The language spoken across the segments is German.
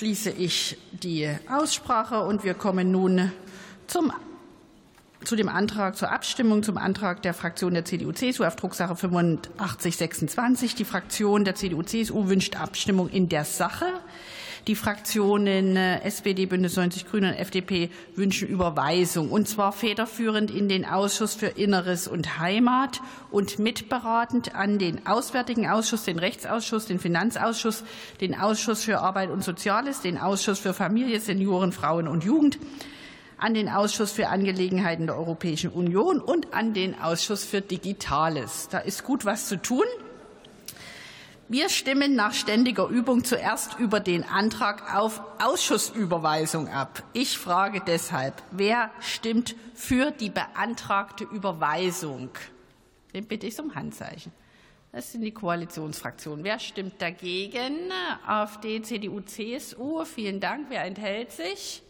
schließe ich die Aussprache und wir kommen nun zu dem Antrag zur Abstimmung zum Antrag der Fraktion der CDU-CSU auf Drucksache 8526. Die Fraktion der CDU-CSU wünscht Abstimmung in der Sache. Die Fraktionen SPD, Bündnis 90 Grüne und FDP wünschen Überweisung, und zwar federführend in den Ausschuss für Inneres und Heimat und mitberatend an den Auswärtigen Ausschuss, den Rechtsausschuss, den Finanzausschuss, den Ausschuss für Arbeit und Soziales, den Ausschuss für Familie, Senioren, Frauen und Jugend, an den Ausschuss für Angelegenheiten der Europäischen Union und an den Ausschuss für Digitales. Da ist gut was zu tun. Wir stimmen nach ständiger Übung zuerst über den Antrag auf Ausschussüberweisung ab. Ich frage deshalb, wer stimmt für die beantragte Überweisung? Den bitte ich um Handzeichen. Das sind die Koalitionsfraktionen. Wer stimmt dagegen? AfD, CDU, CSU. Vielen Dank. Wer enthält sich?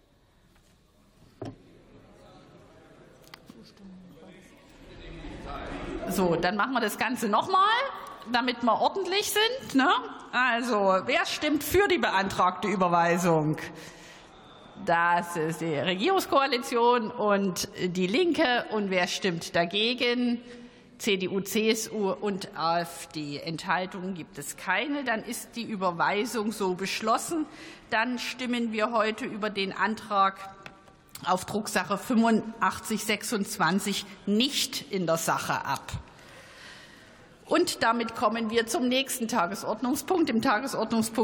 So, dann machen wir das Ganze nochmal, damit wir ordentlich sind. Also, wer stimmt für die beantragte Überweisung? Das ist die Regierungskoalition und die Linke. Und wer stimmt dagegen? CDU, CSU und AfD. Enthaltungen gibt es keine. Dann ist die Überweisung so beschlossen. Dann stimmen wir heute über den Antrag auf Drucksache 8526 nicht in der Sache ab. Und damit kommen wir zum nächsten Tagesordnungspunkt, dem Tagesordnungspunkt